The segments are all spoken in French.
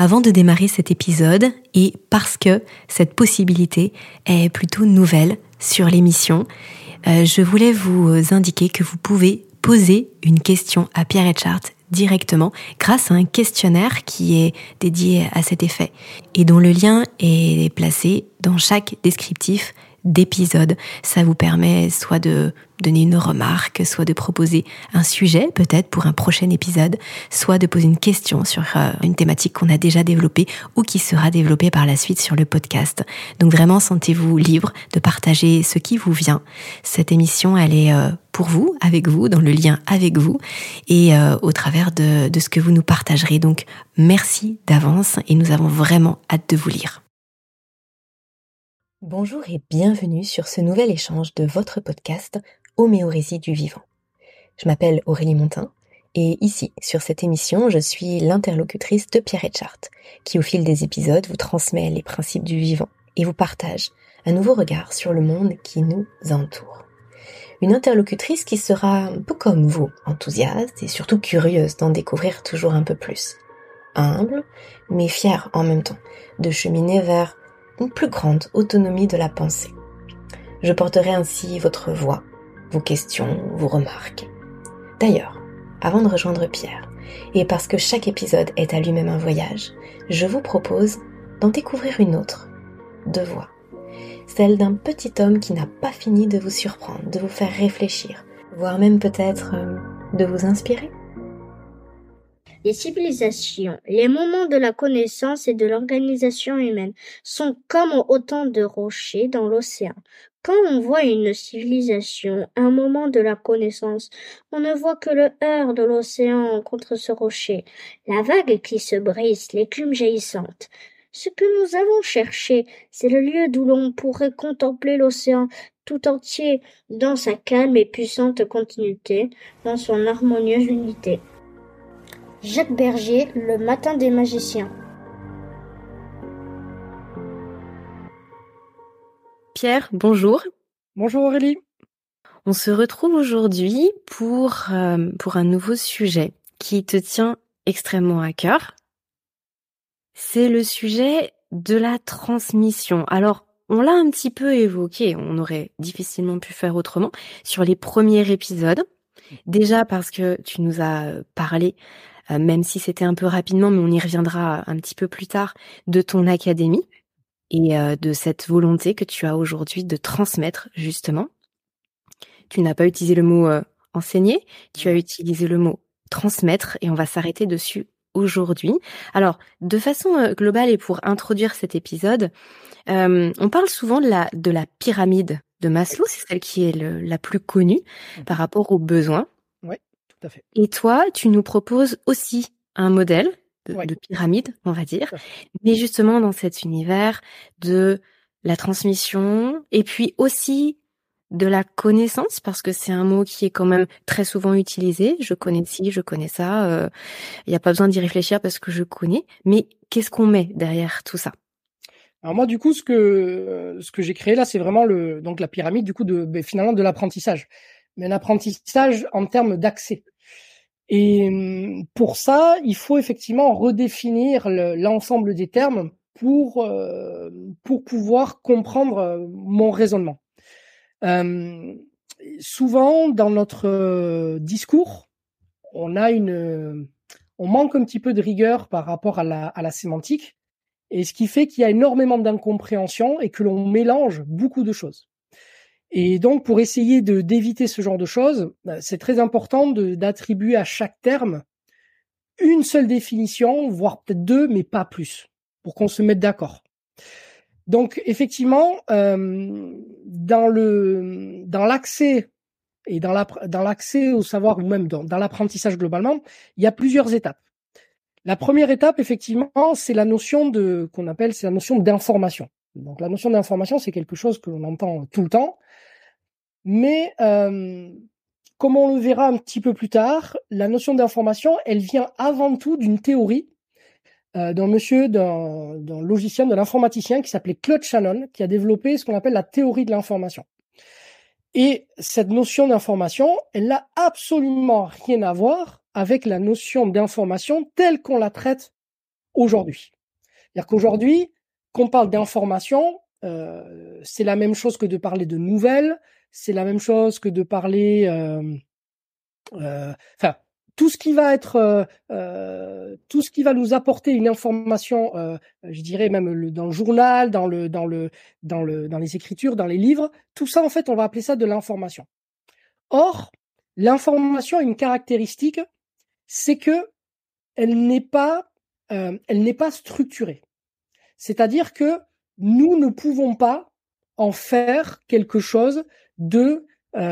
Avant de démarrer cet épisode, et parce que cette possibilité est plutôt nouvelle sur l'émission, je voulais vous indiquer que vous pouvez poser une question à Pierre Etchart directement grâce à un questionnaire qui est dédié à cet effet et dont le lien est placé dans chaque descriptif d'épisode. Ça vous permet soit de donner une remarque, soit de proposer un sujet peut-être pour un prochain épisode, soit de poser une question sur une thématique qu'on a déjà développée ou qui sera développée par la suite sur le podcast. Donc vraiment, sentez-vous libre de partager ce qui vous vient. Cette émission, elle est pour vous, avec vous, dans le lien avec vous et au travers de ce que vous nous partagerez. Donc merci d'avance et nous avons vraiment hâte de vous lire. Bonjour et bienvenue sur ce nouvel échange de votre podcast Homéorésie du vivant. Je m'appelle Aurélie Montin et ici, sur cette émission, je suis l'interlocutrice de Pierre Etchart qui au fil des épisodes vous transmet les principes du vivant et vous partage un nouveau regard sur le monde qui nous entoure. Une interlocutrice qui sera un peu comme vous, enthousiaste et surtout curieuse d'en découvrir toujours un peu plus. Humble, mais fière en même temps de cheminer vers une plus grande autonomie de la pensée. Je porterai ainsi votre voix, vos questions, vos remarques. D'ailleurs, avant de rejoindre Pierre, et parce que chaque épisode est à lui-même un voyage, je vous propose d'en découvrir une autre, de voix. Celle d'un petit homme qui n'a pas fini de vous surprendre, de vous faire réfléchir, voire même peut-être de vous inspirer. Les civilisations, les moments de la connaissance et de l'organisation humaine sont comme autant de rochers dans l'océan. Quand on voit une civilisation, un moment de la connaissance, on ne voit que le heurt de l'océan contre ce rocher, la vague qui se brise, l'écume jaillissante. Ce que nous avons cherché, c'est le lieu d'où l'on pourrait contempler l'océan tout entier dans sa calme et puissante continuité, dans son harmonieuse unité. Jacques Berger, Le matin des magiciens. Pierre, bonjour. Bonjour Aurélie. On se retrouve aujourd'hui pour un nouveau sujet qui te tient extrêmement à cœur. C'est le sujet de la transmission. Alors, on l'a un petit peu évoqué, on aurait difficilement pu faire autrement sur les premiers épisodes. Déjà parce que tu nous as parlé, même si c'était un peu rapidement, mais on y reviendra un petit peu plus tard, de ton académie et de cette volonté que tu as aujourd'hui de transmettre, justement. Tu n'as pas utilisé le mot enseigner, tu as utilisé le mot transmettre et on va s'arrêter dessus aujourd'hui. Alors, de façon globale et pour introduire cet épisode, on parle souvent de la pyramide de Maslow, c'est celle qui est la plus connue par rapport aux besoins. Oui, tout à fait. Et toi, tu nous proposes aussi un modèle de pyramide, on va dire, mais justement dans cet univers de la transmission et puis aussi de la connaissance, parce que c'est un mot qui est quand même très souvent utilisé. Je connais ci, je connais ça. Il n'y a pas besoin d'y réfléchir parce que je connais. Mais qu'est-ce qu'on met derrière tout ça ? Alors moi, du coup, ce que j'ai créé là, c'est vraiment donc la pyramide, du coup, finalement de l'apprentissage. Mais un apprentissage en termes d'accès. Et pour ça, il faut effectivement redéfinir l'ensemble des termes pour pouvoir comprendre mon raisonnement. Souvent, dans notre discours, on manque un petit peu de rigueur par rapport à la sémantique, et ce qui fait qu'il y a énormément d'incompréhension et que l'on mélange beaucoup de choses. Et donc, pour essayer d'éviter ce genre de choses, c'est très important d'attribuer à chaque terme une seule définition, voire peut-être deux, mais pas plus, pour qu'on se mette d'accord. Donc, effectivement, dans l'accès et dans l'accès au savoir, ou même dans l'apprentissage globalement, il y a plusieurs étapes. La première étape, effectivement, c'est la notion c'est la notion d'information. Donc, la notion d'information, c'est quelque chose que l'on entend tout le temps. Mais, comme on le verra un petit peu plus tard, la notion d'information, elle vient avant tout d'une théorie d'un logicien, de l'informaticien qui s'appelait Claude Shannon, qui a développé ce qu'on appelle la théorie de l'information. Et cette notion d'information, elle n'a absolument rien à voir avec la notion d'information telle qu'on la traite aujourd'hui. C'est-à-dire qu'aujourd'hui, qu'on parle d'information, c'est la même chose que de parler de nouvelles, c'est la même chose que de parler, enfin, tout ce qui va être, tout ce qui va nous apporter une information, je dirais même dans le journal, dans les écritures, dans les livres, tout ça en fait, on va appeler ça de l'information. Or, l'information a une caractéristique, c'est que elle n'est pas structurée. C'est-à-dire que nous ne pouvons pas en faire quelque chose de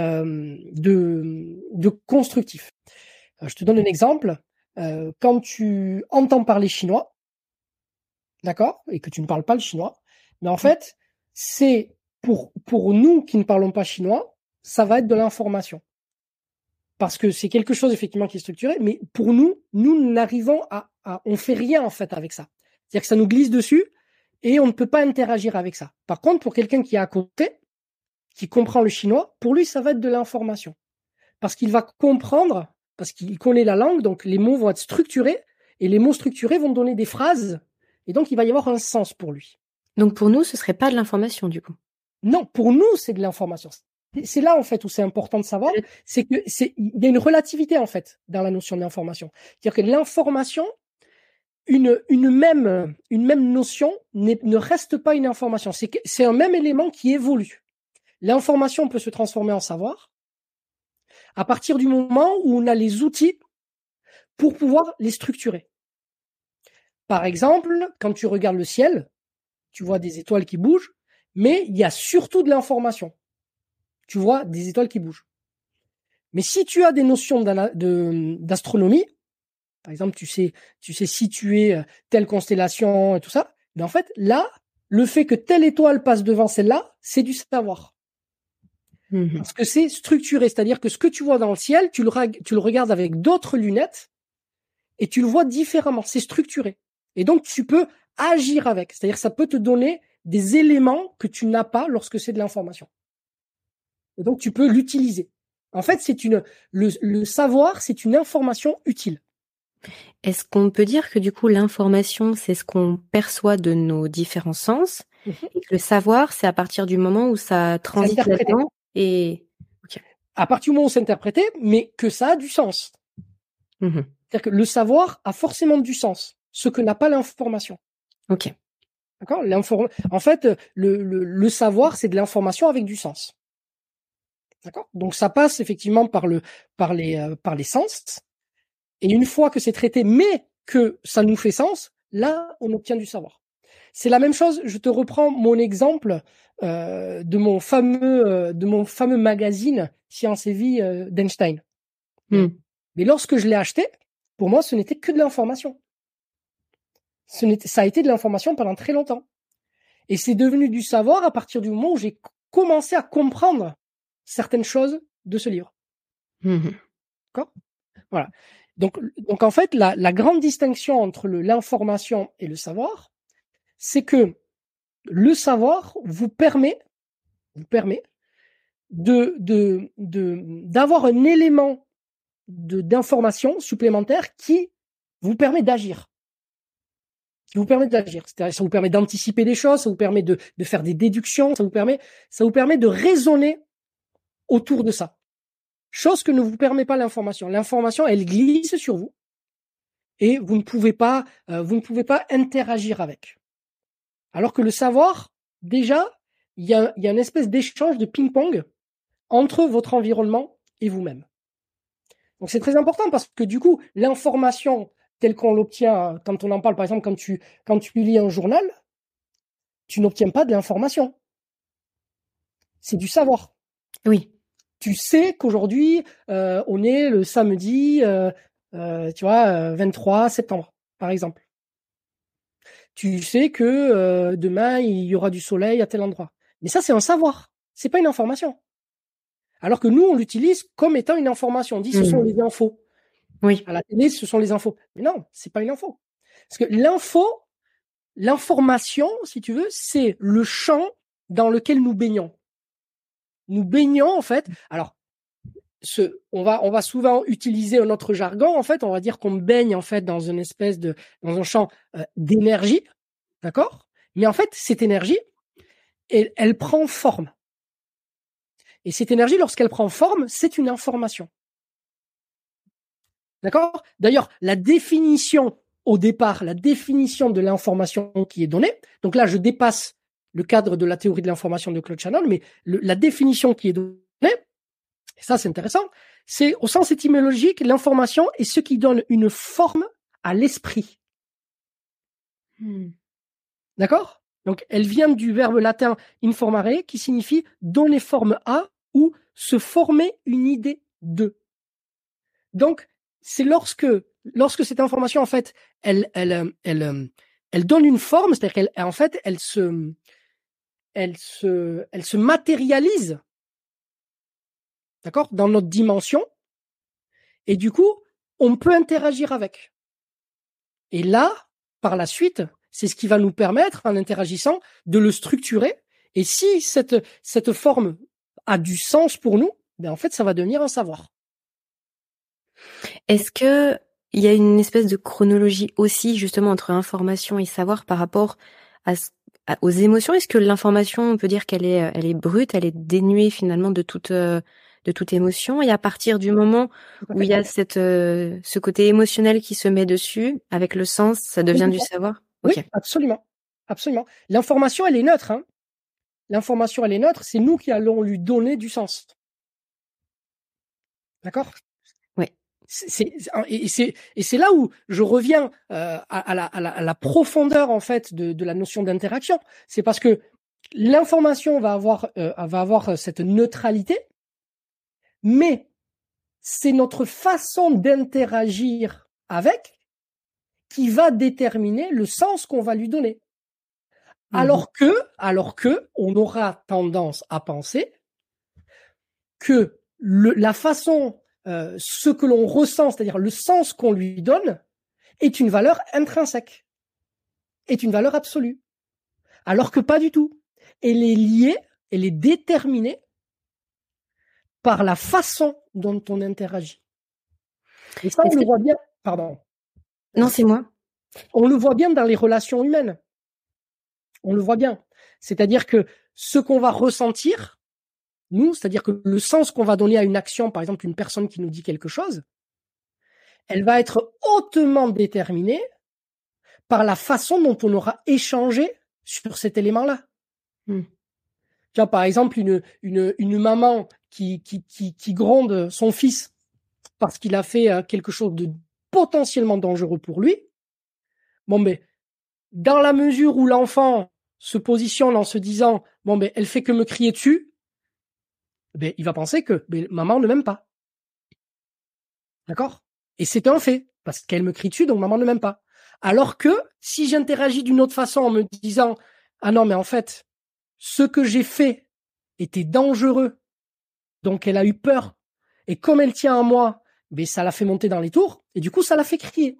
constructif. Je te donne un exemple. Quand tu entends parler chinois, d'accord, et que tu ne parles pas le chinois, mais en fait, c'est pour nous qui ne parlons pas chinois, ça va être de l'information. Parce que c'est quelque chose effectivement qui est structuré, mais pour nous n'arrivons on fait rien en fait avec ça. C'est-à-dire que ça nous glisse dessus et on ne peut pas interagir avec ça. Par contre, pour quelqu'un qui est à côté, qui comprend le chinois, pour lui ça va être de l'information. Parce qu'il va comprendre, parce qu'il connaît la langue, donc les mots vont être structurés, et les mots structurés vont donner des phrases, et donc il va y avoir un sens pour lui. Donc pour nous, ce serait pas de l'information du coup. Non, pour nous, c'est de l'information. C'est là en fait où c'est important de savoir, c'est que il y a une relativité en fait dans la notion d'information. C'est-à-dire que l'information, une même notion ne reste pas une information. C'est un même élément qui évolue. L'information peut se transformer en savoir à partir du moment où on a les outils pour pouvoir les structurer. Par exemple, quand tu regardes le ciel, tu vois des étoiles qui bougent, mais il y a surtout de l'information. Tu vois des étoiles qui bougent. Mais si tu as des notions d'astronomie, par exemple, tu sais situer telle constellation et tout ça, mais en fait, là, le fait que telle étoile passe devant celle-là, c'est du savoir. Parce que c'est structuré, c'est-à-dire que ce que tu vois dans le ciel, tu le regardes avec d'autres lunettes et tu le vois différemment, c'est structuré. Et donc, tu peux agir avec, c'est-à-dire que ça peut te donner des éléments que tu n'as pas lorsque c'est de l'information. Et donc, tu peux l'utiliser. En fait, le savoir, c'est une information utile. Est-ce qu'on peut dire que du coup, l'information, c'est ce qu'on perçoit de nos différents sens, et que le savoir, c'est à partir du moment où ça transite là-dedans et... Okay. À partir du moment où c'est interprété, mais que ça a du sens. C'est-à-dire que le savoir a forcément du sens, ce que n'a pas l'information. Ok. D'accord ? En fait, le savoir, c'est de l'information avec du sens. D'accord ? Donc ça passe effectivement par les sens. Et une fois que c'est traité, mais que ça nous fait sens, là, on obtient du savoir. C'est la même chose. Je te reprends mon exemple de mon fameux magazine Science et Vie d'Einstein. Mais lorsque je l'ai acheté, pour moi, ce n'était que de l'information. Ça a été de l'information pendant très longtemps. Et c'est devenu du savoir à partir du moment où j'ai commencé à comprendre certaines choses de ce livre. D'accord ? Voilà. Donc en fait, la grande distinction entre l'information et le savoir, c'est que le savoir vous permet d'avoir un élément d'information supplémentaire qui vous permet d'agir. C'est-à-dire, ça vous permet d'anticiper des choses, ça vous permet de faire des déductions, ça vous permet de raisonner autour de ça. Chose que ne vous permet pas l'information. L'information, elle glisse sur vous et vous ne pouvez pas interagir avec. Alors que le savoir, déjà, il y a une espèce d'échange de ping-pong entre votre environnement et vous-même. Donc c'est très important parce que du coup, l'information telle qu'on l'obtient quand on en parle, par exemple, quand tu lis un journal, tu n'obtiens pas de l'information. C'est du savoir. Oui. Tu sais qu'aujourd'hui, on est le samedi, 23 septembre, par exemple. Tu sais que demain, il y aura du soleil à tel endroit. Mais ça, c'est un savoir. C'est pas une information. Alors que nous, on l'utilise comme étant une information. On dit ce sont les infos. Oui. À la télé, ce sont les infos. Mais non, c'est pas une info. Parce que l'information, si tu veux, c'est le champ dans lequel nous baignons. Nous baignons, en fait. Alors, on va souvent utiliser un autre jargon, en fait, on va dire qu'on baigne, en fait, dans un champ d'énergie, d'accord? Mais en fait, cette énergie, elle prend forme. Et cette énergie, lorsqu'elle prend forme, c'est une information. D'accord? D'ailleurs, au départ, la définition de l'information qui est donnée, donc là, je dépasse le cadre de la théorie de l'information de Claude Shannon, mais la définition qui est donnée, et ça, c'est intéressant, c'est au sens étymologique, l'information est ce qui donne une forme à l'esprit. D'accord? Donc, elle vient du verbe latin informare, qui signifie donner forme à ou se former une idée de. Donc, c'est lorsque cette information, en fait, elle donne une forme, c'est-à-dire elle se matérialise, d'accord, dans notre dimension, et du coup, on peut interagir avec. Et là, par la suite, c'est ce qui va nous permettre, en interagissant, de le structurer. Et si cette forme a du sens pour nous, ben en fait, ça va devenir un savoir. Est-ce que il y a une espèce de chronologie aussi, justement, entre information et savoir par rapport aux émotions? Est-ce que l'information, on peut dire qu'elle est brute, elle est dénuée finalement de toute émotion, et à partir du moment où il y a ce côté émotionnel qui se met dessus, avec le sens, ça devient du savoir? Oui, Okay. absolument. Absolument. L'information, elle est neutre, hein. L'information, elle est neutre, c'est nous qui allons lui donner du sens. D'accord? Oui. Et c'est là où je reviens à la profondeur, en fait, de la notion d'interaction. C'est parce que l'information va avoir cette neutralité, mais c'est notre façon d'interagir avec qui va déterminer le sens qu'on va lui donner. Alors que on aura tendance à penser que la façon, ce que l'on ressent, c'est-à-dire le sens qu'on lui donne, est une valeur intrinsèque, est une valeur absolue. Alors que pas du tout. Elle est liée, elle est déterminée par la façon dont on interagit. Et ça, on le voit bien. Pardon. Non, c'est moi. On le voit bien dans les relations humaines. On le voit bien. C'est-à-dire que ce qu'on va ressentir, nous, c'est-à-dire que le sens qu'on va donner à une action, par exemple une personne qui nous dit quelque chose, elle va être hautement déterminée par la façon dont on aura échangé sur cet élément-là. Tu vois, par exemple, une maman qui gronde son fils parce qu'il a fait quelque chose de potentiellement dangereux pour lui. Bon, ben, dans la mesure où l'enfant se positionne en se disant, bon, ben, elle fait que me crier dessus, ben, il va penser que maman ne m'aime pas. D'accord? Et c'est un fait, parce qu'elle me crie dessus, donc maman ne m'aime pas. Alors que si j'interagis d'une autre façon en me disant, ah non, mais en fait, ce que j'ai fait était dangereux, donc elle a eu peur, et comme elle tient à moi, ben, ça l'a fait monter dans les tours, et du coup, ça l'a fait crier.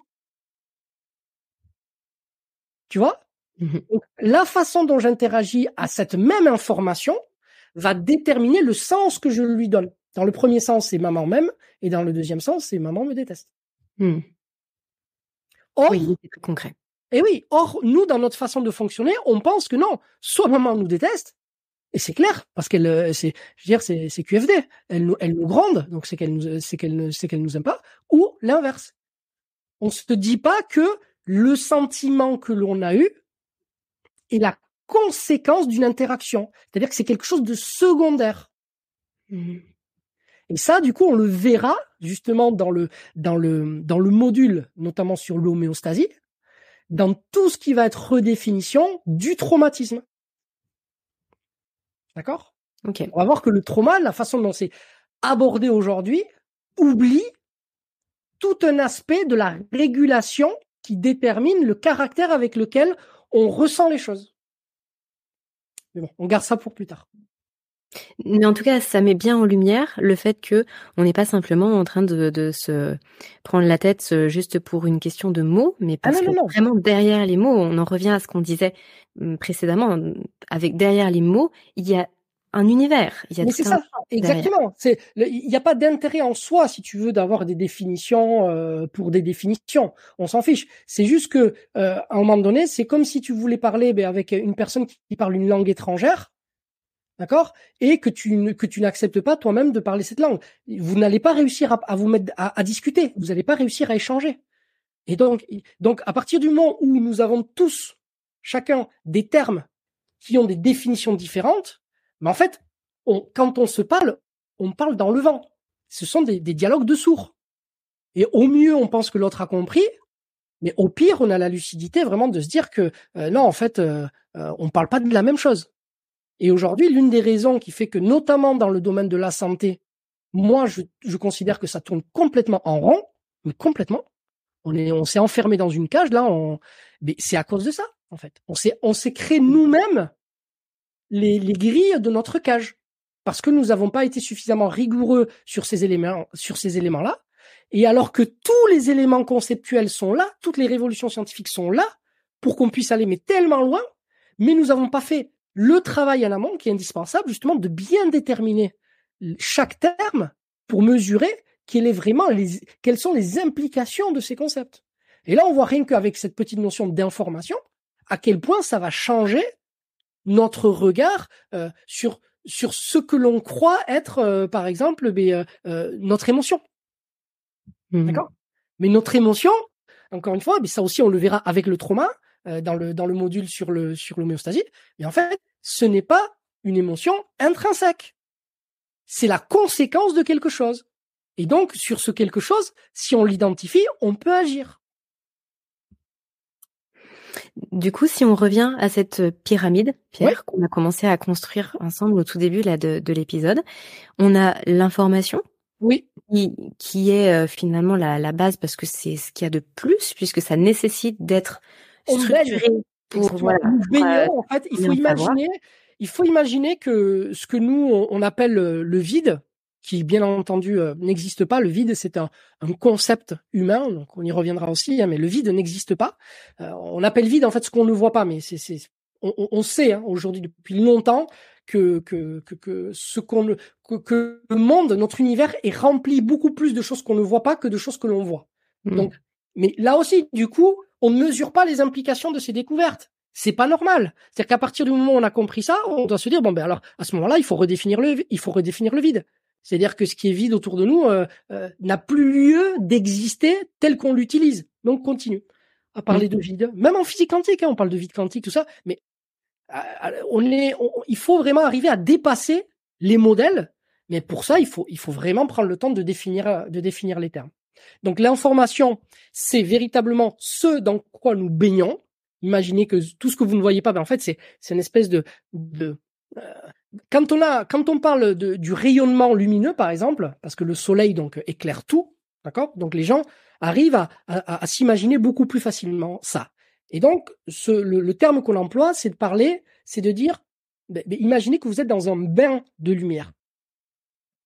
Tu vois? Donc, la façon dont j'interagis à cette même information va déterminer le sens que je lui donne. Dans le premier sens, c'est maman m'aime, et dans le deuxième sens, c'est maman me déteste. Or, oui, c'est plus concret. Et oui, or, nous, dans notre façon de fonctionner, on pense que non, soit maman nous déteste, et c'est clair, parce qu'elle, c'est QFD, elle nous gronde, donc c'est qu'elle nous aime pas, ou l'inverse. On se dit pas que le sentiment que l'on a eu est la conséquence d'une interaction. C'est-à-dire que c'est quelque chose de secondaire. Et ça, du coup, on le verra justement dans le module, notamment sur l'homéostasie, dans tout ce qui va être redéfinition du traumatisme. D'accord? Okay. On va voir que le trauma, la façon dont c'est abordé aujourd'hui, oublie tout un aspect de la régulation qui détermine le caractère avec lequel on ressent les choses. Mais bon, on garde ça pour plus tard. Mais en tout cas, ça met bien en lumière le fait que on n'est pas simplement en train de se prendre la tête juste pour une question de mots, mais parce que vraiment derrière les mots, on en revient à ce qu'on disait précédemment, avec derrière les mots, il y a un univers. Il y a Mais tout c'est un ça, exactement. Il n'y a pas d'intérêt en soi, si tu veux, d'avoir des définitions pour des définitions. On s'en fiche. C'est juste que, à un moment donné, c'est comme si tu voulais parler avec une personne qui parle une langue étrangère, d'accord, et que tu n'acceptes pas toi-même de parler cette langue. Vous n'allez pas réussir à vous mettre à discuter. Vous n'allez pas réussir à échanger. Et donc, à partir du moment où nous avons tous, chacun, des termes qui ont des définitions différentes, mais en fait, quand on parle dans le vent. Ce sont des dialogues de sourds. Et au mieux, on pense que l'autre a compris, mais au pire, on a la lucidité vraiment de se dire que non, en fait, on parle pas de la même chose. Et aujourd'hui, l'une des raisons qui fait que, notamment dans le domaine de la santé, moi, je considère que ça tourne complètement en rond, mais complètement. On s'est enfermé dans une cage, là, mais c'est à cause de ça, en fait. On s'est créé nous-mêmes les grilles de notre cage. Parce que nous n'avons pas été suffisamment rigoureux sur ces éléments-là. Et alors que tous les éléments conceptuels sont là, toutes les révolutions scientifiques sont là, pour qu'on puisse aller mais tellement loin, mais nous n'avons pas fait le travail en amont qui est indispensable, justement, de bien déterminer chaque terme pour mesurer quelles sont les implications de ces concepts. Et là, on voit rien qu'avec cette petite notion d'information, à quel point ça va changer notre regard sur ce que l'on croit être, par exemple, notre émotion. D'accord ? Mais notre émotion, encore une fois, mais ça aussi on le verra avec le trauma dans le module sur l'homéostasie. Mais en fait, ce n'est pas une émotion intrinsèque. C'est la conséquence de quelque chose. Et donc, sur ce quelque chose, si on l'identifie, on peut agir. Du coup, si on revient à cette pyramide, Pierre, Oui. qu'on a commencé à construire ensemble au tout début là de l'épisode, on a l'information, oui, qui est finalement la base parce que c'est ce qu'il y a de plus, puisque ça nécessite d'être structuré pour voilà. Nous baignons, en fait, il faut imaginer que ce que nous on appelle le vide, qui bien entendu n'existe pas. Le vide, c'est un concept humain, donc on y reviendra aussi, mais le vide n'existe pas. On appelle vide en fait ce qu'on ne voit pas, mais on sait aujourd'hui depuis longtemps que le monde, notre univers est rempli beaucoup plus de choses qu'on ne voit pas que de choses que l'on voit. Donc, mais là aussi, du coup, on ne mesure pas les implications de ces découvertes. C'est pas normal. C'est-à-dire qu'à partir du moment où on a compris ça, on doit se dire bon ben alors à ce moment-là, il faut redéfinir le vide. C'est-à-dire que ce qui est vide autour de nous n'a plus lieu d'exister tel qu'on l'utilise. Donc continue à parler de vide, même en physique quantique, on parle de vide quantique, tout ça, mais il faut vraiment arriver à dépasser les modèles, mais pour ça, il faut vraiment prendre le temps de définir les termes. Donc l'information, c'est véritablement ce dans quoi nous baignons. Imaginez que tout ce que vous ne voyez pas, en fait, c'est une espèce quand on parle du rayonnement lumineux, par exemple, parce que le soleil donc éclaire tout, d'accord ? Donc les gens arrivent à s'imaginer beaucoup plus facilement ça. Et donc le terme qu'on emploie, c'est de dire, imaginez que vous êtes dans un bain de lumière. D'accord ?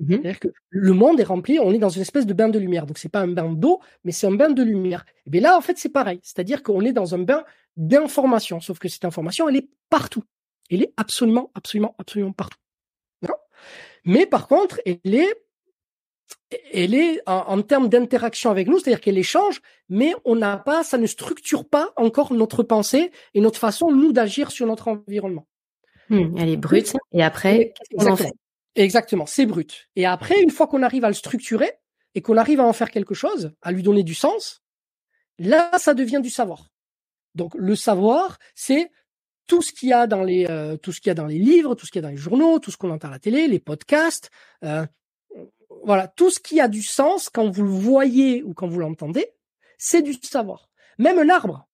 C'est-à-dire que le monde est rempli, on est dans une espèce de bain de lumière. Donc, c'est pas un bain d'eau, mais c'est un bain de lumière. Et bien là, en fait, c'est pareil. C'est-à-dire qu'on est dans un bain d'information. Sauf que cette information, elle est partout. Elle est absolument, absolument, absolument partout. D'accord ? Mais par contre, elle est en termes d'interaction avec nous, c'est-à-dire qu'elle échange, mais ça ne structure pas encore notre pensée et notre façon, nous, d'agir sur notre environnement. Elle est brute. Et après, qu'est-ce qu'on en fait ? Exactement, c'est brut. Et après, une fois qu'on arrive à le structurer et qu'on arrive à en faire quelque chose, à lui donner du sens, là, ça devient du savoir. Donc, le savoir, c'est tout ce qu'il y a dans les livres, tout ce qu'il y a dans les journaux, tout ce qu'on entend à la télé, les podcasts, voilà, tout ce qui a du sens quand vous le voyez ou quand vous l'entendez, c'est du savoir. Même un arbre,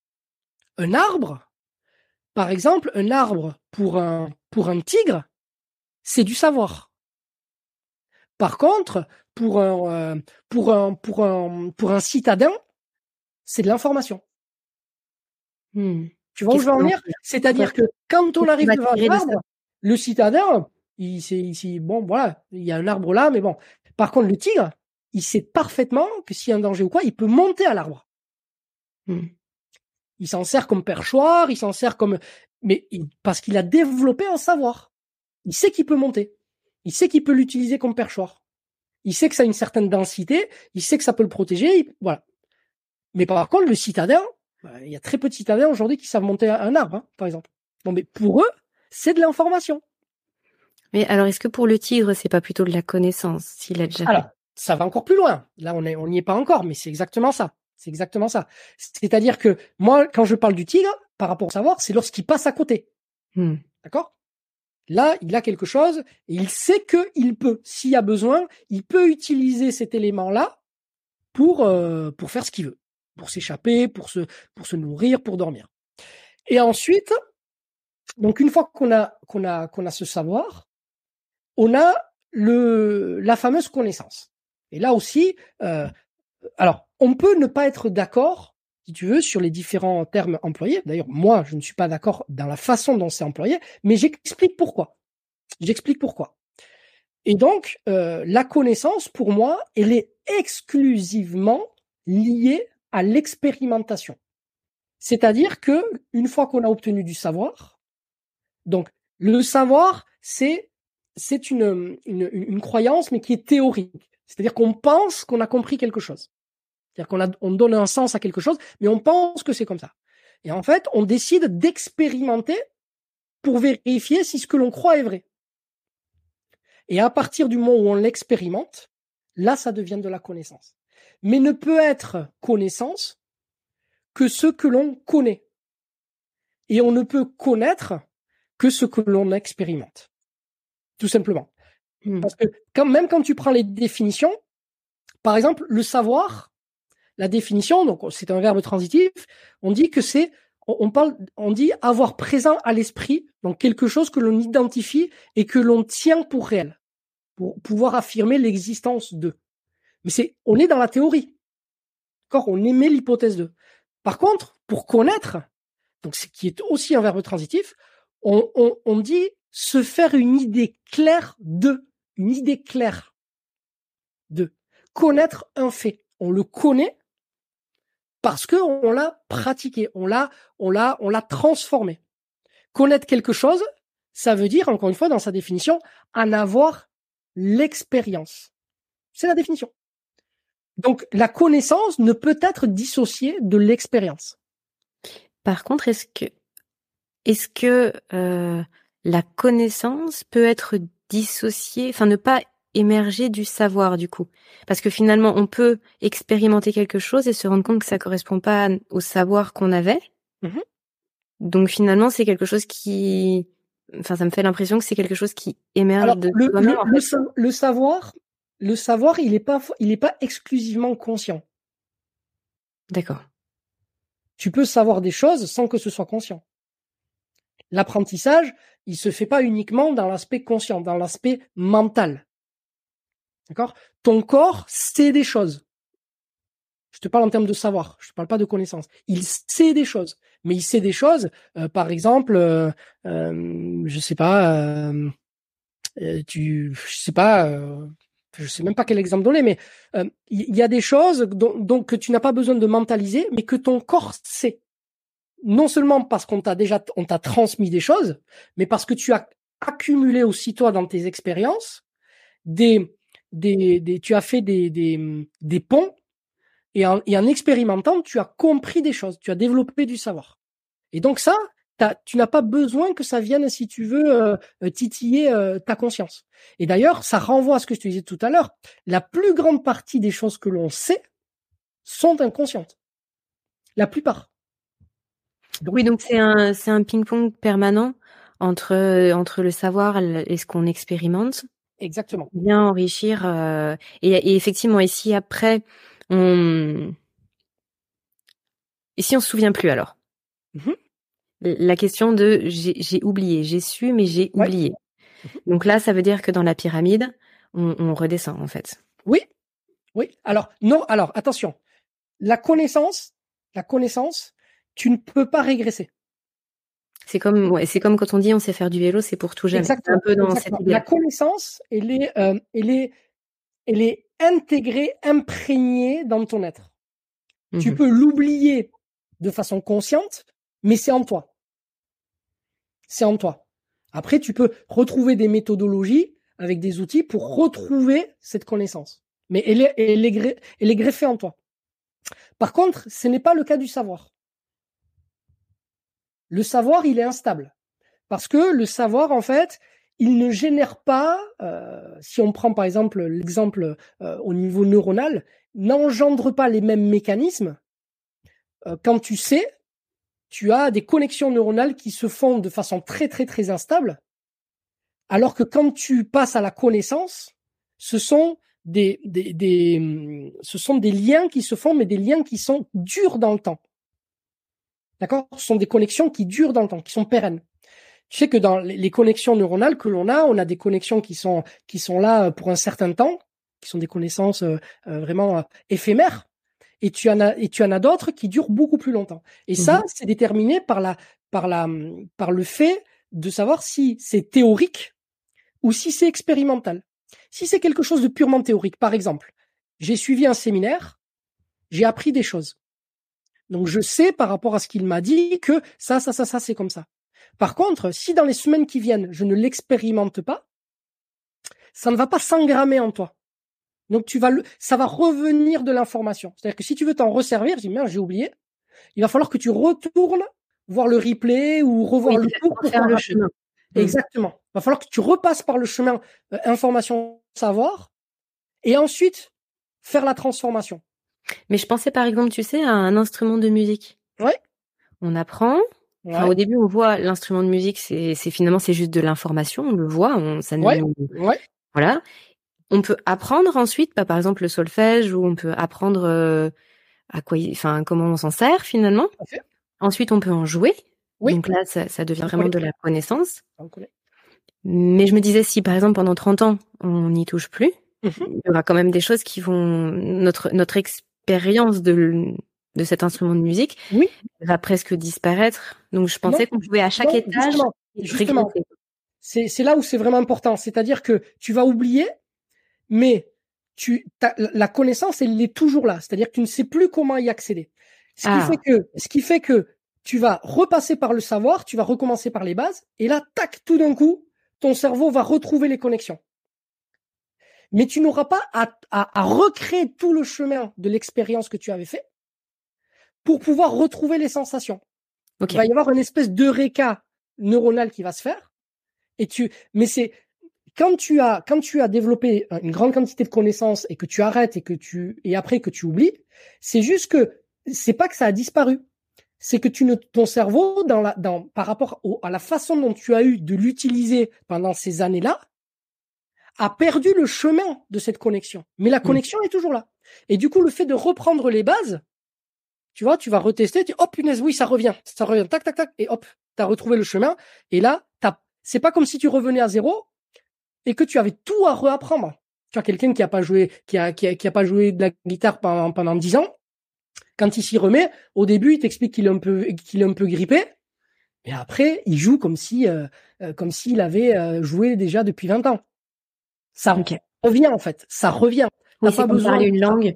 par exemple, un arbre pour un tigre, c'est du savoir. Par contre, pour un citadin, c'est de l'information. Tu vois où je veux en venir ? C'est-à-dire que quand on arrive devant un arbre, le citadin, bon, voilà, il y a un arbre là, mais bon. Par contre, le tigre, il sait parfaitement que s'il y a un danger ou quoi, il peut monter à l'arbre. Il s'en sert comme perchoir, parce qu'il a développé un savoir. Il sait qu'il peut monter. Il sait qu'il peut l'utiliser comme perchoir. Il sait que ça a une certaine densité. Il sait que ça peut le protéger. Voilà. Mais par contre, le citadin, il y a très peu de citadins aujourd'hui qui savent monter un arbre, hein, par exemple. Bon, mais pour eux, c'est de l'information. Mais alors, est-ce que pour le tigre, c'est pas plutôt de la connaissance, s'il a déjà fait? Alors, ça va encore plus loin. Là, on n'y est pas encore, mais c'est exactement ça. C'est exactement ça. C'est-à-dire que moi, quand je parle du tigre, par rapport au savoir, c'est lorsqu'il passe à côté. D'accord? Là, il a quelque chose et il sait qu'il peut, s'il y a besoin, il peut utiliser cet élément-là pour faire ce qu'il veut, pour s'échapper, pour se nourrir, pour dormir. Et ensuite, donc une fois qu'on a ce savoir, on a la fameuse connaissance. Et là aussi, alors on peut ne pas être d'accord, si tu veux, sur les différents termes employés. D'ailleurs, moi, je ne suis pas d'accord dans la façon dont c'est employé, mais j'explique pourquoi. Et donc, la connaissance, pour moi, elle est exclusivement liée à l'expérimentation. C'est-à-dire que une fois qu'on a obtenu du savoir, donc le savoir, c'est une croyance, mais qui est théorique. C'est-à-dire qu'on pense qu'on a compris quelque chose. C'est-à-dire on donne un sens à quelque chose, mais on pense que c'est comme ça. Et en fait, on décide d'expérimenter pour vérifier si ce que l'on croit est vrai. Et à partir du moment où on l'expérimente, là, ça devient de la connaissance. Mais ne peut être connaissance que ce que l'on connaît. Et on ne peut connaître que ce que l'on expérimente. Tout simplement. Parce que même quand tu prends les définitions, par exemple, le savoir, la définition, donc c'est un verbe transitif, on dit que on dit avoir présent à l'esprit, donc quelque chose que l'on identifie et que l'on tient pour réel, pour pouvoir affirmer l'existence de. Mais on est dans la théorie. D'accord? On émet l'hypothèse de. Par contre, pour connaître, donc qui est aussi un verbe transitif, on dit se faire une idée claire de. Une idée claire de. Connaître un fait. On le connaît parce que on l'a pratiqué, on l'a transformé. Connaître quelque chose, ça veut dire, encore une fois, dans sa définition, en avoir l'expérience. C'est la définition. Donc, la connaissance ne peut être dissociée de l'expérience. Par contre, est-ce que la connaissance peut être dissociée, enfin ne pas émerger du savoir du coup? Parce que finalement, on peut expérimenter quelque chose et se rendre compte que ça correspond pas au savoir qu'on avait. Mmh. Donc finalement, c'est quelque chose enfin, ça me fait l'impression que c'est quelque chose qui émerge Alors, de soi-même. le savoir, il est pas exclusivement conscient. D'accord. Tu peux savoir des choses sans que ce soit conscient. L'apprentissage, il se fait pas uniquement dans l'aspect conscient, dans l'aspect mental. D'accord? Ton corps sait des choses. Je te parle en termes de savoir, je te parle pas de connaissance. Il sait des choses, mais il sait des choses, par exemple, je sais pas, je sais même pas quel exemple donner, mais il y a des choses donc que tu n'as pas besoin de mentaliser, mais que ton corps sait. Non seulement parce on t'a transmis des choses, mais parce que tu as accumulé aussi toi dans tes expériences tu as fait des ponts et en expérimentant, tu as compris des choses, tu as développé du savoir. Et donc ça, tu n'as pas besoin que ça vienne, si tu veux, titiller ta conscience. Et d'ailleurs, ça renvoie à ce que je te disais tout à l'heure. La plus grande partie des choses que l'on sait sont inconscientes. La plupart. Donc, oui, donc c'est un ping-pong permanent entre le savoir et ce qu'on expérimente. Exactement. Bien enrichir et effectivement, et si après et si on se souvient plus alors? Mmh. La question de j'ai oublié, j'ai su mais j'ai oublié. Donc là, ça veut dire que dans la pyramide, on redescend en fait. Oui. Alors non, alors attention. La connaissance, tu ne peux pas régresser. C'est comme quand on dit on sait faire du vélo, c'est pour tout jamais. Exactement. Un peu dans cette idée. La connaissance, elle est intégrée, imprégnée dans ton être. Tu peux l'oublier de façon consciente, mais c'est en toi. C'est en toi. Après, tu peux retrouver des méthodologies avec des outils pour retrouver cette connaissance. Mais elle est greffée en toi. Par contre, ce n'est pas le cas du savoir. Le savoir, il est instable. Parce que le savoir, en fait, il ne génère pas, si on prend par exemple l'exemple au niveau neuronal, n'engendre pas les mêmes mécanismes. Quand tu sais, tu as des connexions neuronales qui se font de façon très très très instable, alors que quand tu passes à la connaissance, ce sont des liens qui se font, mais des liens qui sont durs dans le temps. D'accord? Ce sont des connexions qui durent dans le temps, qui sont pérennes. Tu sais que dans les connexions neuronales que l'on a des connexions qui sont là pour un certain temps, qui sont des connaissances vraiment éphémères, et tu en as d'autres qui durent beaucoup plus longtemps. Et ça, c'est déterminé par le fait de savoir si c'est théorique ou si c'est expérimental. Si c'est quelque chose de purement théorique, par exemple, j'ai suivi un séminaire, j'ai appris des choses. Donc je sais par rapport à ce qu'il m'a dit que ça, c'est comme ça. Par contre, si dans les semaines qui viennent, je ne l'expérimente pas, ça ne va pas s'engrammer en toi. Donc ça va revenir de l'information. C'est-à-dire que si tu veux t'en resservir, je dis merde, j'ai oublié, il va falloir que tu retournes voir le replay ou revoir le cours pour faire le chemin. Exactement. Il va falloir que tu repasses par le chemin information, savoir, et ensuite faire la transformation. Mais je pensais par exemple, tu sais, à un instrument de musique. Ouais. On apprend. Ouais. Enfin, au début, on voit l'instrument de musique, c'est finalement c'est juste de l'information, on le voit, voilà. On peut apprendre ensuite, par exemple le solfège, ou on peut apprendre comment on s'en sert finalement. Okay. Ensuite, on peut en jouer. Oui. Donc là, ça devient vraiment de la connaissance. Mais je me disais, si par exemple pendant 30 ans, on n'y touche plus, il y aura quand même des choses qui vont notre expérience de cet instrument de musique va presque disparaître. Donc je pensais qu'on pouvait à chaque étage justement. C'est là où c'est vraiment important, c'est-à-dire que tu vas oublier, mais la connaissance, elle est toujours là, c'est-à-dire que tu ne sais plus comment y accéder. Ce qui fait que tu vas repasser par le savoir, tu vas recommencer par les bases, et là, tac, tout d'un coup, ton cerveau va retrouver les connexions. Mais tu n'auras pas à recréer tout le chemin de l'expérience que tu avais fait pour pouvoir retrouver les sensations. Okay. Il va y avoir une espèce d'eureka neuronal qui va se faire. Mais c'est quand tu as développé une grande quantité de connaissances et que tu arrêtes et après que tu oublies, c'est juste que c'est pas que ça a disparu. C'est que ton cerveau par rapport à la façon dont tu as eu de l'utiliser pendant ces années-là, a perdu le chemin de cette connexion. Mais la connexion est toujours là. Et du coup, le fait de reprendre les bases, tu vois, tu vas retester, hop, punaise, oui, ça revient, tac, tac, tac, et hop, t'as retrouvé le chemin. Et là, c'est pas comme si tu revenais à zéro et que tu avais tout à reapprendre. Tu vois, quelqu'un qui a pas joué, qui a pas joué de la guitare pendant 10 ans, quand il s'y remet, au début, il t'explique qu'il est un peu grippé, et après, il joue comme s'il avait joué déjà depuis 20 ans. Ça revient, en fait. Ça revient. T'as pas besoin de parler une langue.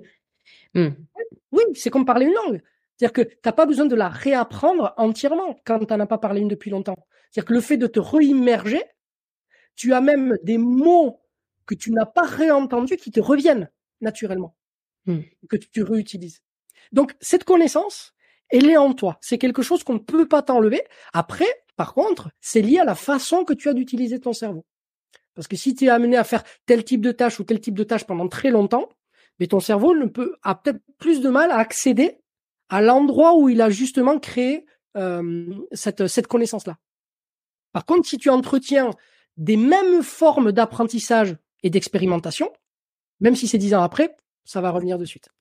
Oui, c'est comme parler une langue. C'est-à-dire que t'as pas besoin de la réapprendre entièrement quand t'en as pas parlé une depuis longtemps. C'est-à-dire que le fait de te réimmerger, tu as même des mots que tu n'as pas réentendus qui te reviennent naturellement, que tu réutilises. Donc, cette connaissance, elle est en toi. C'est quelque chose qu'on ne peut pas t'enlever. Après, par contre, c'est lié à la façon que tu as d'utiliser ton cerveau. Parce que si tu es amené à faire tel type de tâche ou tel type de tâche pendant très longtemps, mais ton cerveau a peut-être plus de mal à accéder à l'endroit où il a justement créé cette connaissance-là. Par contre, si tu entretiens des mêmes formes d'apprentissage et d'expérimentation, même si c'est 10 ans après, ça va revenir de suite.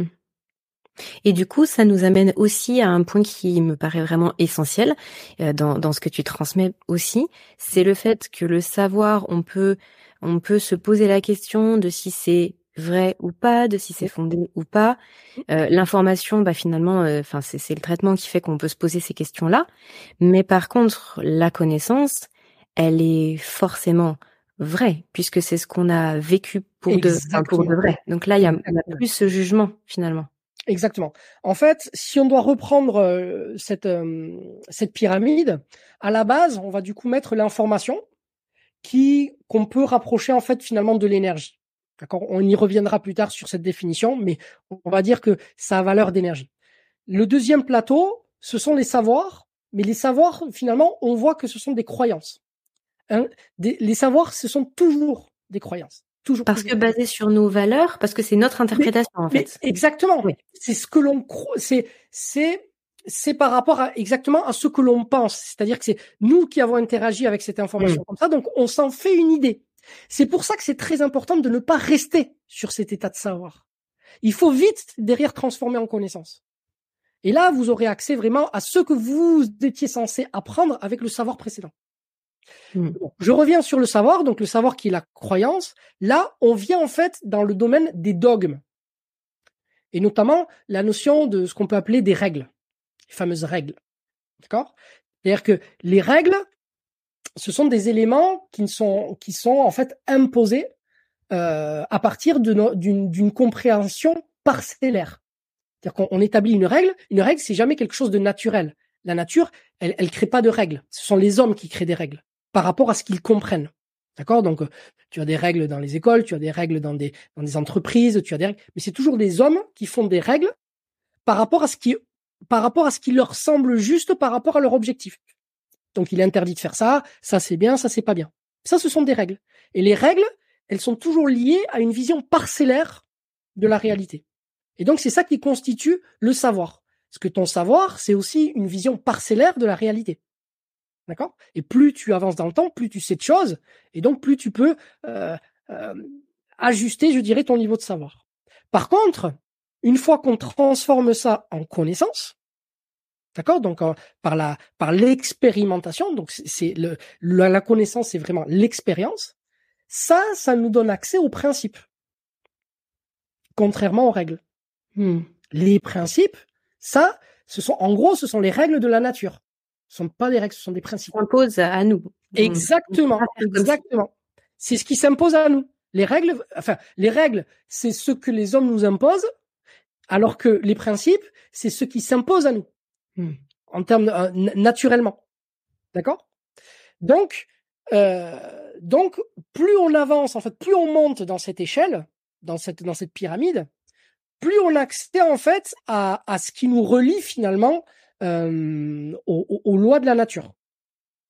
Et du coup, ça nous amène aussi à un point qui me paraît vraiment essentiel dans ce que tu transmets aussi, c'est le fait que le savoir, on peut se poser la question de si c'est vrai ou pas, de si c'est fondé ou pas. L'information, finalement, c'est le traitement qui fait qu'on peut se poser ces questions-là. Mais par contre, la connaissance, elle est forcément vraie, puisque c'est ce qu'on a vécu pour de vrai. Donc là, il y a plus ce jugement, finalement. Exactement. En fait, si on doit reprendre cette pyramide, à la base, on va du coup mettre l'information qu'on peut rapprocher en fait finalement de l'énergie. D'accord ? On y reviendra plus tard sur cette définition, mais on va dire que ça a valeur d'énergie. Le deuxième plateau, ce sont les savoirs, mais les savoirs, finalement, on voit que ce sont des croyances. Les savoirs, ce sont toujours des croyances. Toujours. Parce que basé sur nos valeurs, parce que c'est notre interprétation, en fait. Exactement. Oui. C'est ce que l'on croit, c'est par rapport exactement à ce que l'on pense. C'est-à-dire que c'est nous qui avons interagi avec cette information comme ça, donc on s'en fait une idée. C'est pour ça que c'est très important de ne pas rester sur cet état de savoir. Il faut vite, derrière, transformer en connaissance. Et là, vous aurez accès vraiment à ce que vous étiez censé apprendre avec le savoir précédent. Bon, je reviens sur le savoir, donc le savoir qui est la croyance. Là, on vient en fait dans le domaine des dogmes. Et notamment la notion de ce qu'on peut appeler des règles, les fameuses règles. D'accord ? C'est-à-dire que les règles, ce sont des éléments qui sont en fait imposés à partir d'une compréhension parcellaire. C'est-à-dire qu'on établit une règle. Une règle, c'est jamais quelque chose de naturel. La nature, elle crée pas de règles. Ce sont les hommes qui créent des règles par rapport à ce qu'ils comprennent. D'accord ? Donc, tu as des règles dans les écoles, tu as des règles dans des entreprises, tu as des règles, mais c'est toujours des hommes qui font des règles par rapport à ce qui leur semble juste par rapport à leur objectif. Donc, il est interdit de faire ça c'est bien, ça c'est pas bien. Ça, ce sont des règles. Et les règles, elles sont toujours liées à une vision parcellaire de la réalité. Et donc, c'est ça qui constitue le savoir. Parce que ton savoir, c'est aussi une vision parcellaire de la réalité. D'accord ? Et plus tu avances dans le temps, plus tu sais de choses, et donc plus tu peux ajuster, je dirais, ton niveau de savoir. Par contre, une fois qu'on transforme ça en connaissance, d'accord ? Donc par l'expérimentation, donc c'est la connaissance, c'est vraiment l'expérience. Ça nous donne accès aux principes, contrairement aux règles. Les principes, ce sont les règles de la nature. Ce ne sont pas des règles, ce sont des principes. On pose à nous. Exactement. C'est ce qui s'impose à nous. Les règles, c'est ce que les hommes nous imposent, alors que les principes, c'est ce qui s'impose à nous. En termes naturellement. D'accord ? Donc, plus on avance, en fait, plus on monte dans cette échelle, dans cette pyramide, plus on a accès en fait à ce qui nous relie finalement aux lois de la nature. D'accord ?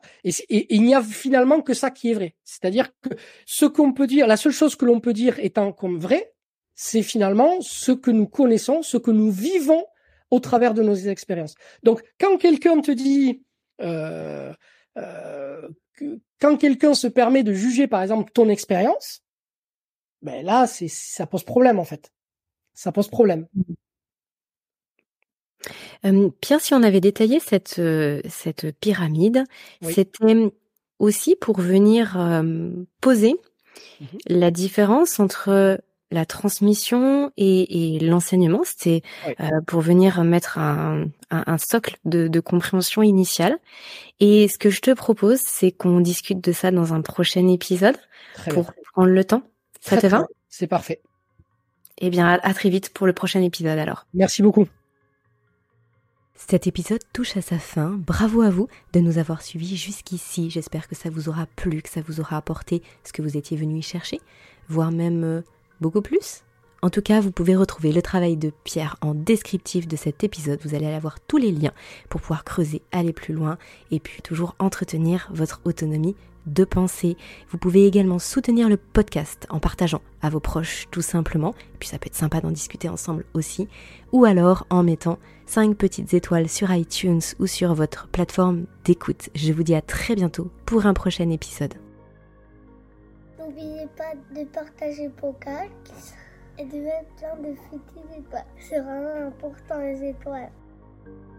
Et il n'y a finalement que ça qui est vrai. C'est-à-dire que ce qu'on peut dire, la seule chose que l'on peut dire étant comme vrai, c'est finalement ce que nous connaissons, ce que nous vivons au travers de nos expériences. Donc, quand quelqu'un te dit, quand quelqu'un se permet de juger, par exemple, ton expérience, ben là, ça pose problème en fait. Ça pose problème. Pierre, si on avait détaillé cette pyramide, oui. C'était aussi pour venir poser la différence entre la transmission et l'enseignement. C'était pour venir mettre un socle de compréhension initiale. Et ce que je te propose, c'est qu'on discute de ça dans un prochain épisode pour prendre le temps. Ça te va ? C'est parfait. Eh bien, à très vite pour le prochain épisode alors. Merci beaucoup. Cet épisode touche à sa fin. Bravo à vous de nous avoir suivis jusqu'ici. J'espère que ça vous aura plu, que ça vous aura apporté ce que vous étiez venu y chercher, voire même beaucoup plus. En tout cas, vous pouvez retrouver le travail de Pierre en descriptif de cet épisode. Vous allez avoir tous les liens pour pouvoir creuser, aller plus loin et puis toujours entretenir votre autonomie de pensée. Vous pouvez également soutenir le podcast en partageant à vos proches tout simplement. Et puis ça peut être sympa d'en discuter ensemble aussi. Ou alors en mettant 5 petites étoiles sur iTunes ou sur votre plateforme d'écoute. Je vous dis à très bientôt pour un prochain épisode. N'oubliez pas de partager le podcast et de mettre plein de petites étoiles. C'est vraiment important les étoiles.